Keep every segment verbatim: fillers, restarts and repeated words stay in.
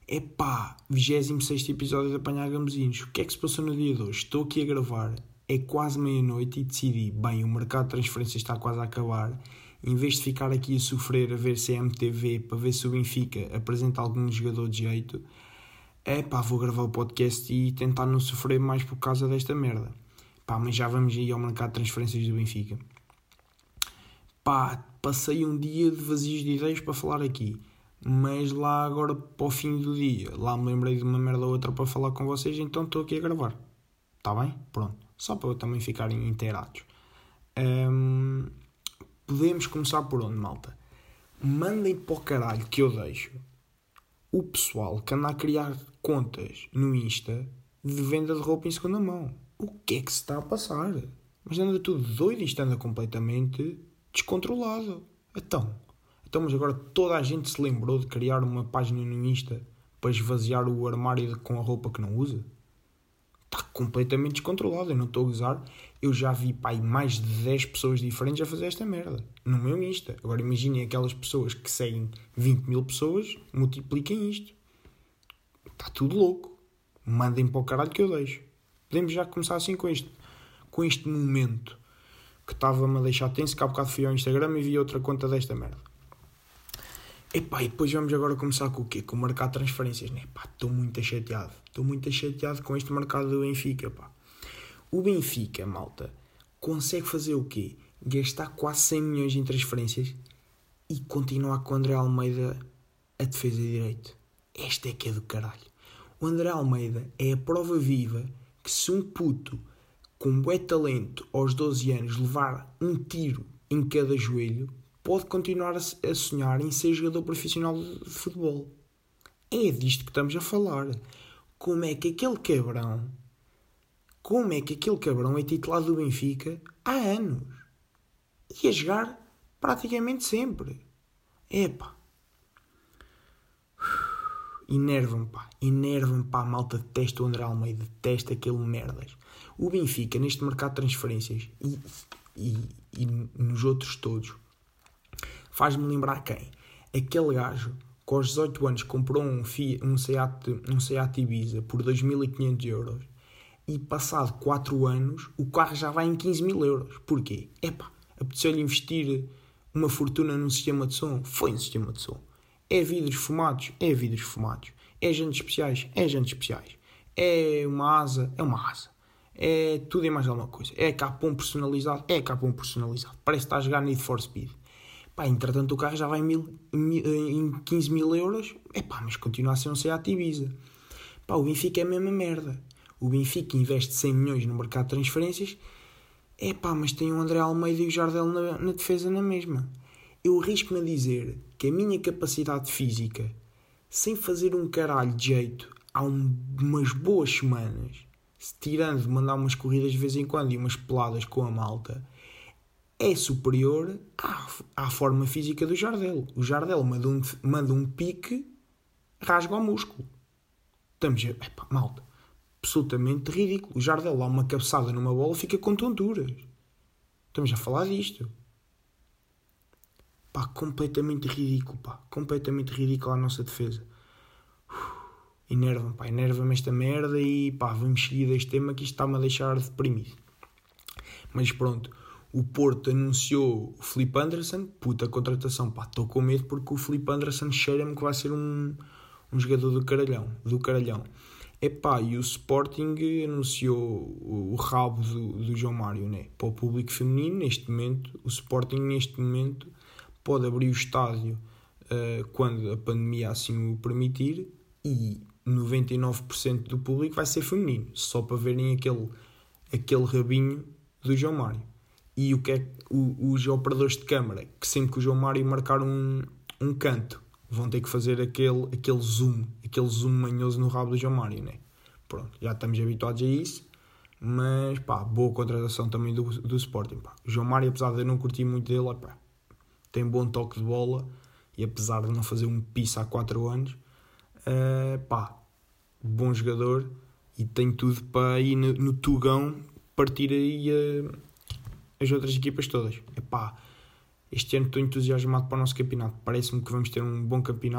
Epá, vigésimo sexto episódio de Apanhar Gamosinhos. O que é que se passou no dia de hoje? Estou aqui a gravar, é quase meia-noite e decidi, bem, o mercado de transferências está quase a acabar. Em vez de ficar aqui a sofrer a ver C M T V para ver se o Benfica apresenta algum jogador de jeito, epá, vou gravar o podcast e tentar não sofrer mais por causa desta merda. Pá, mas já vamos aí ao mercado de transferências do Benfica. Pá, passei um dia de vazios de ideias para falar aqui. Mas lá agora para o fim do dia, lá me lembrei de uma merda ou outra para falar com vocês, então estou aqui a gravar. Está bem? Pronto. Só para também ficarem inteirados. Hum, podemos começar por onde, malta? Mandem para o caralho que eu deixo o pessoal que anda a criar contas no Insta de venda de roupa em segunda mão. O que é que se está a passar? Mas anda tudo doido, isto anda completamente descontrolado. Então... Então, mas agora toda a gente se lembrou de criar uma página no Insta para esvaziar o armário com a roupa que não usa? Está completamente descontrolado, eu não estou a gozar. Eu já vi, pai, mais de dez pessoas diferentes a fazer esta merda no meu Insta. Agora imaginem aquelas pessoas que seguem vinte mil pessoas, multipliquem isto. Está tudo louco. Mandem para o caralho que eu deixo. Podemos já começar assim com este, com este momento que estava-me a deixar tenso, que há bocado fui ao Instagram e vi outra conta desta merda. Epá, e depois vamos agora começar com o quê? Com o mercado de transferências, né? Pá, estou muito chateado. Estou muito chateado com este mercado do Benfica, pá. O Benfica, malta, consegue fazer o quê? Gastar quase cem milhões em transferências e continuar com o André Almeida a defesa de direito. Esta é que é do caralho. O André Almeida é a prova viva que se um puto com bué talento aos doze anos levar um tiro em cada joelho, pode continuar a sonhar em ser jogador profissional de futebol. É disto que estamos a falar. Como é que aquele cabrão, como é que aquele cabrão é titular do Benfica há anos? E a jogar praticamente sempre. Epá. Enerva-me, pá. Enerva-me, pá. A malta detesta o André Almeida. Detesta aquele merdas. O Benfica, neste mercado de transferências e, e, e nos outros todos, faz-me lembrar quem? Aquele gajo que aos dezoito anos comprou um, Fiat, um, Seat, um Seat Ibiza por dois mil e quinhentos euros e passado quatro anos o carro já vai em quinze mil euros. Porquê? Epá, apeteceu-lhe investir uma fortuna num sistema de som? Foi um sistema de som. É vidros fumados? É vidros fumados. É jantes especiais? É jantes especiais. É uma asa? É uma asa. É tudo e mais alguma coisa. É capão personalizado? É capão personalizado. Parece que está a jogar Need for Speed. Pá, entretanto o carro já vai em, mil, em quinze mil euros, é pá, mas continua a ser um Seat Ibiza. Pá, o Benfica é a mesma merda. O Benfica investe cem milhões no mercado de transferências, é pá, mas tem o André Almeida e o Jardel na, na defesa na mesma. Eu arrisco-me a dizer que a minha capacidade física, sem fazer um caralho de jeito, há um, umas boas semanas, tirando de mandar umas corridas de vez em quando e umas peladas com a malta, é superior à, à forma física do Jardel. O Jardel manda um, manda um pique, rasga o músculo. Estamos a... Epá, malta, absolutamente ridículo. O Jardel dá uma cabeçada numa bola, fica com tonturas. Estamos a falar disto. Pá, completamente ridículo, pá. Completamente ridículo a nossa defesa. Enerva-me, pá. Enerva-me esta merda e, pá, vamos seguir deste tema que isto está-me a deixar deprimido. Mas pronto. O Porto anunciou o Filipe Anderson, puta contratação, pá, estou com medo porque o Filipe Anderson cheira-me que vai ser um, um jogador do caralhão, do caralhão. Epá, e o Sporting anunciou o, o rabo do, do João Mário, né? Para o público feminino, neste momento, o Sporting neste momento pode abrir o estádio uh, quando a pandemia assim o permitir e noventa e nove por cento do público vai ser feminino, só para verem aquele, aquele rabinho do João Mário. E o que é o, os operadores de câmara, que sempre que o João Mário marcar um, um canto, vão ter que fazer aquele, aquele zoom, aquele zoom manhoso no rabo do João Mário, né? Pronto, já estamos habituados a isso, mas pá, boa contratação também do, do Sporting, pá. O João Mário, apesar de eu não curtir muito dele, pá, tem bom toque de bola e apesar de não fazer um piso há quatro anos, uh, pá, bom jogador e tem tudo para ir no, no Tugão partir aí a... Uh, as outras equipas todas. Epá, este ano estou entusiasmado para o nosso campeonato. Parece-me que vamos ter um bom campeonato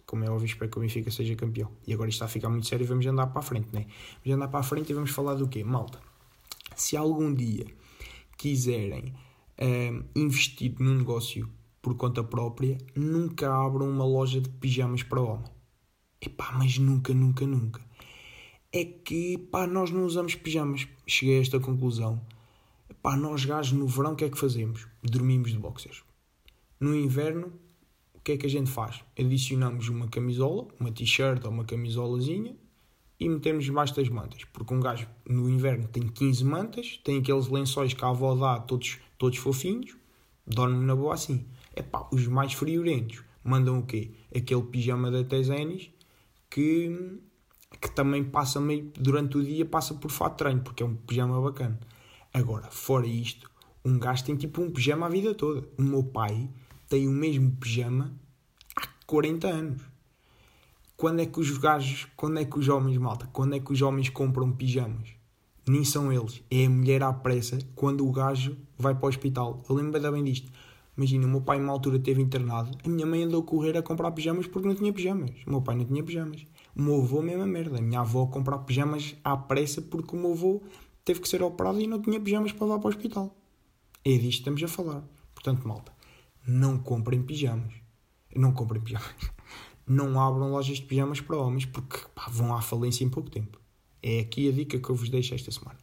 como é óbvio, espero que o Benfica seja campeão. E agora isto está a ficar muito sério e vamos andar para a frente, não é? Vamos andar para a frente e vamos falar do quê? Malta, se algum dia quiserem uh, investir num negócio por conta própria, nunca abram uma loja de pijamas para homem. Epá, mas nunca, nunca, nunca. É que, pá, nós não usamos pijamas. Cheguei a esta conclusão. Epá, nós gajos no verão o que é que fazemos? Dormimos de boxers. No inverno, o que é que a gente faz? Adicionamos uma camisola, uma t-shirt ou uma camisolazinha e metemos debaixo das mantas. Porque um gajo no inverno tem quinze mantas, tem aqueles lençóis que a avó dá, todos, todos fofinhos, dorme na boa assim. Epá, os mais friorentos mandam o quê? Aquele pijama da Tezenis que, que também passa meio, durante o dia passa por fato de treino, porque é um pijama bacana. Agora, fora isto, um gajo tem tipo um pijama a vida toda. O meu pai tem o mesmo pijama há quarenta anos. Quando é que os gajos, quando é que os homens, malta, quando é que os homens compram pijamas? Nem são eles, é a mulher à pressa quando o gajo vai para o hospital. Eu lembro bem disto. Imagina, o meu pai numa altura teve internado, a minha mãe andou a correr a comprar pijamas porque não tinha pijamas. O meu pai não tinha pijamas. O meu avô, a mesma merda. A minha avó a comprar pijamas à pressa porque o meu avô teve que ser operado e não tinha pijamas para levar para o hospital. É disto que estamos a falar. Portanto, malta, não comprem pijamas. Não comprem pijamas. Não abram lojas de pijamas para homens porque pá, vão à falência em pouco tempo. É aqui a dica que eu vos deixo esta semana.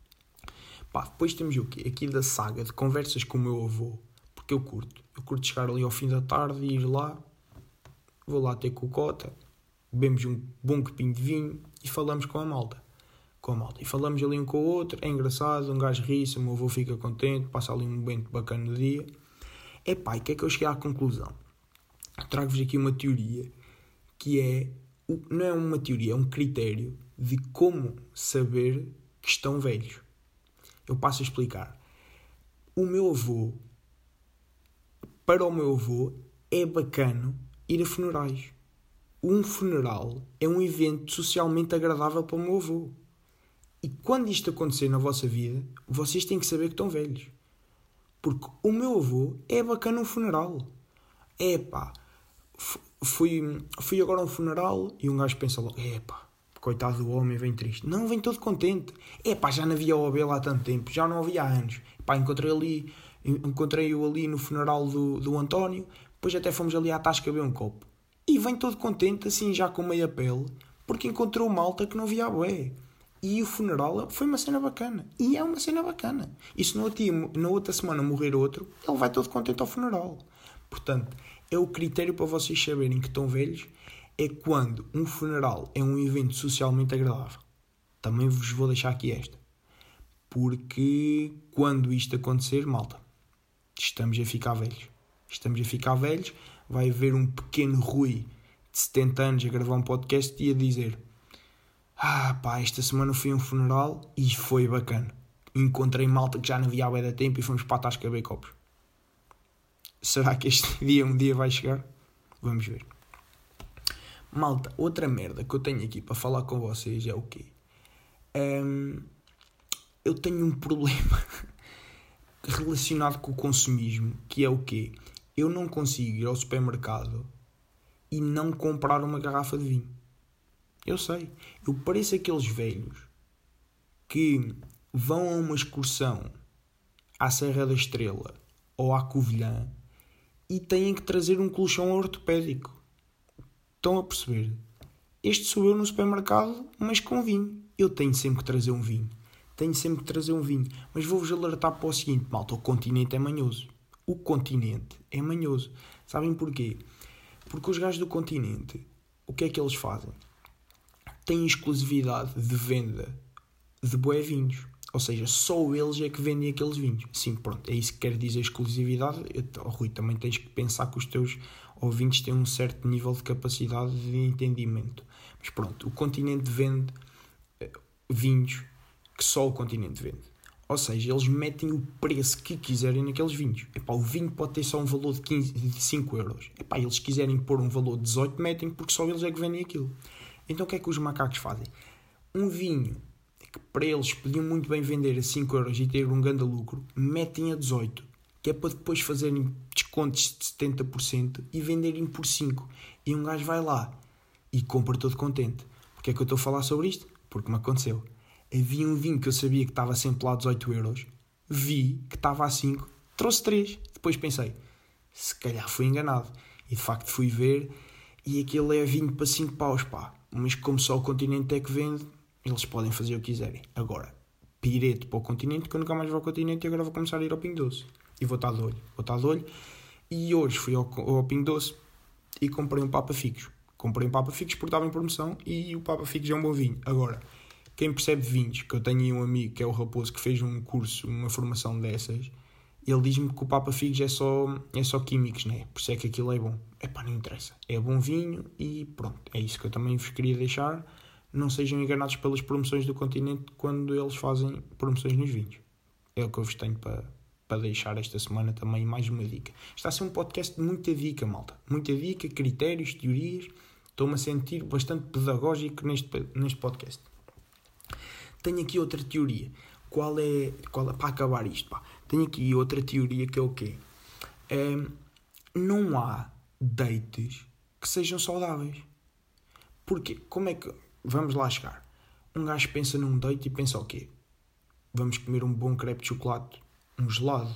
Pá, depois temos o quê? Aqui da saga de conversas com o meu avô. Porque eu curto. Eu curto chegar ali ao fim da tarde e ir lá. Vou lá ter com o Cota. Bebemos um bom copinho de vinho e falamos com a malta. Com a malta. E falamos ali um com o outro. É engraçado. Um gajo ri-se. O meu avô fica contente. Passa ali um momento bacana no dia. É pá, e que é que eu cheguei à conclusão? Trago-vos aqui uma teoria que é... Não é uma teoria, é um critério de como saber que estão velhos. Eu passo a explicar. O meu avô... Para o meu avô, é bacano ir a funerais. Um funeral é um evento socialmente agradável para o meu avô. E quando isto acontecer na vossa vida, vocês têm que saber que estão velhos. Porque o meu avô é bacana um funeral. É pá, fui, fui agora a um funeral e um gajo pensa logo, é pá, coitado do homem, vem triste. Não, vem todo contente. É pá, já não havia O A B lá há tanto tempo, já não havia há anos. Pá, encontrei ali... Encontrei-o ali no funeral do, do António. Depois até fomos ali à Tasca beber um copo. E vem todo contente, assim já com meia pele, porque encontrou malta que não via a bué. E o funeral foi uma cena bacana. E é uma cena bacana. E se na outra semana morrer outro, ele vai todo contente ao funeral. Portanto, é o critério para vocês saberem que estão velhos, é quando um funeral é um evento socialmente agradável. Também vos vou deixar aqui esta. Porque quando isto acontecer, malta, estamos a ficar velhos. Estamos a ficar velhos. Vai haver um pequeno Rui de setenta anos a gravar um podcast e a dizer: ah pá, esta semana fui a um funeral e foi bacana. Encontrei malta que já não via há bué de tempo e fomos para a Tasca beber copos. Será que este dia um dia vai chegar? Vamos ver. Malta, outra merda que eu tenho aqui para falar com vocês é o quê? Um, eu tenho um problema... relacionado com o consumismo, que é o quê? Eu não consigo ir ao supermercado e não comprar uma garrafa de vinho. Eu sei. Eu pareço aqueles velhos que vão a uma excursão à Serra da Estrela ou à Covilhã e têm que trazer um colchão ortopédico. Estão a perceber? Este sou eu no supermercado, mas com vinho. Eu tenho sempre que trazer um vinho. Tenho sempre que trazer um vinho. Mas vou-vos alertar para o seguinte, malta. O continente é manhoso. O continente é manhoso. Sabem porquê? Porque os gajos do continente, o que é que eles fazem? Têm exclusividade de venda de bué vinhos. Ou seja, só eles é que vendem aqueles vinhos. Sim, pronto. É isso que quer dizer exclusividade. Oh, Rui, também tens que pensar que os teus ouvintes têm um certo nível de capacidade de entendimento. Mas pronto, o continente vende vinhos que só o continente vende. Ou seja, eles metem o preço que quiserem naqueles vinhos. Epá, o vinho pode ter só um valor de, quinze, de cinco euros. Epá, eles quiserem pôr um valor de dezoito, metem porque só eles é que vendem aquilo. Então o que é que os macacos fazem? Um vinho que para eles podiam muito bem vender a cinco euros e ter um grande lucro, metem a dezoito. Que é para depois fazerem descontos de setenta por cento e venderem por cinco. E um gajo vai lá e compra todo contente. Porquê é que eu estou a falar sobre isto? Porque me aconteceu. Havia um vinho que eu sabia que estava sempre lá a dezoito euros. Vi que estava a cinco, trouxe três. Depois pensei, se calhar fui enganado. E de facto fui ver e aquele é vinho para cinco paus, pá. Mas como só o Continente é que vende, eles podem fazer o que quiserem. Agora, pireto para o Continente, que eu nunca mais vou ao Continente e agora vou começar a ir ao Pingo Doce. E vou estar de olho. Vou estar de olho. E hoje fui ao, ao Pingo Doce e comprei um Papa Figos. Comprei um Papa Figos porque estava em promoção e o Papa Figos é um bom vinho. Agora, quem percebe de vinhos, que eu tenho aí um amigo que é o Raposo, que fez um curso, uma formação dessas, ele diz-me que o Papa Figos é só, é só químicos, né? Por isso é que aquilo é bom. Epá, não interessa. É bom vinho e pronto. É isso que eu também vos queria deixar. Não sejam enganados pelas promoções do Continente quando eles fazem promoções nos vinhos. É o que eu vos tenho para, para deixar esta semana também mais uma dica. Está a ser um podcast de muita dica, malta. Muita dica, critérios, teorias. Estou-me a sentir bastante pedagógico neste, neste podcast. Tenho aqui outra teoria. Qual é, qual é para acabar isto, pá? Tenho aqui outra teoria que é o quê? É, não há dates que sejam saudáveis. Porque, como é que... Vamos lá chegar. Um gajo pensa num date e pensa o quê? Vamos comer um bom crepe de chocolate, um gelado,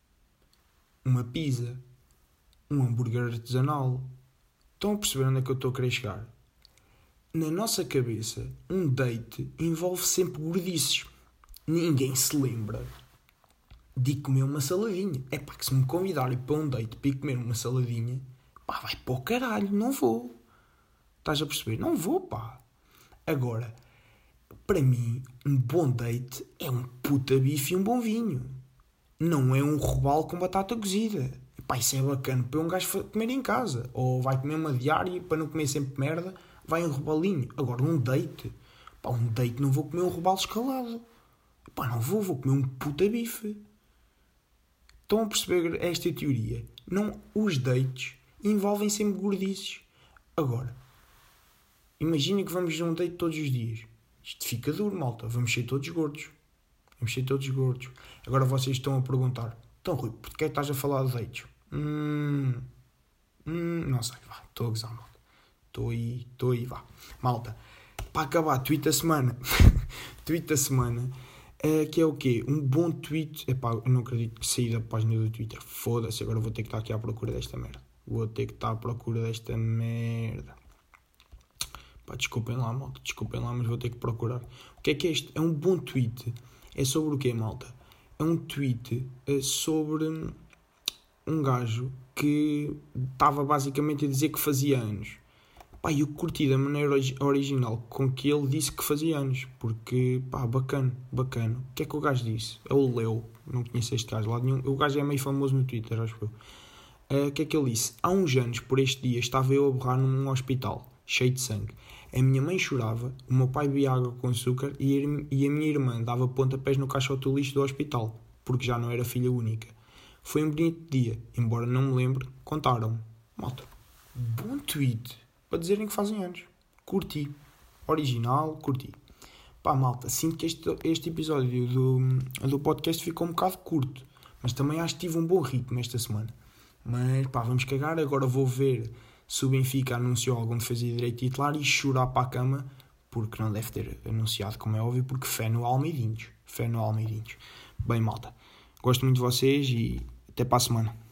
uma pizza, um hambúrguer artesanal. Estão a perceber onde é que eu estou a querer chegar? Na nossa cabeça, um date envolve sempre gordices. Ninguém se lembra de comer uma saladinha. É pá, que se me convidarem para um date para ir comer uma saladinha, pá, vai para o caralho, não vou. Estás a perceber? Não vou, pá. Agora, para mim, um bom date é um puta bife e um bom vinho. Não é um robalo com batata cozida. Pá, isso é bacana para um gajo comer em casa. Ou vai comer uma diária para não comer sempre merda, vai um robalinho. Agora, um date, pá, um date não vou comer um robalo escalado. Pá, não vou, vou comer um puta bife. Estão a perceber esta teoria? Não, os dates envolvem sempre gordices. Agora, imaginem que vamos a um date todos os dias. Isto fica duro, malta. Vamos ser todos gordos. Vamos ser todos gordos. Agora vocês estão a perguntar, então Rui, porquê estás a falar de dates? Hum, hum, não sei, vá, estou a gozar, malta. Estou aí, estou aí, vá. Malta, para acabar, tweet da semana. Tweet da semana. Uh, que é o quê? Um bom tweet. Epá, eu não acredito que saí da página do Twitter. Foda-se, agora vou ter que estar aqui à procura desta merda. Vou ter que estar à procura desta merda. Pá, desculpem lá, malta. Desculpem lá, mas vou ter que procurar. O que é que é isto? É um bom tweet. É sobre o quê, malta? É um tweet sobre um gajo que estava basicamente a dizer que fazia anos. Pá, eu curti da maneira original com que ele disse que fazia anos. Porque, pá, bacana, bacana. O que é que o gajo disse? É o Leo. Não conheço este gajo lá nenhum. O gajo é meio famoso no Twitter, acho eu. Uh, o que é que ele disse? Há uns anos, por este dia, estava eu a borrar num hospital, cheio de sangue. A minha mãe chorava, o meu pai bebia água com açúcar e a minha irmã dava pontapés no caixote do lixo do hospital, porque já não era filha única. Foi um bonito dia, embora não me lembre, contaram-me. Malta, bom tweet. Para dizerem que fazem anos. Curti. Original, curti. Pá, malta, sinto que este, este episódio do, do podcast ficou um bocado curto. Mas também acho que tive um bom ritmo esta semana. Mas, pá, vamos cagar. Agora vou ver se o Benfica anunciou algum defesa de direito titular e chorar para a cama. Porque não deve ter anunciado, como é óbvio. Porque fé no Almeidinhos. Fé no Almeidinhos. Bem, malta. Gosto muito de vocês e até para a semana.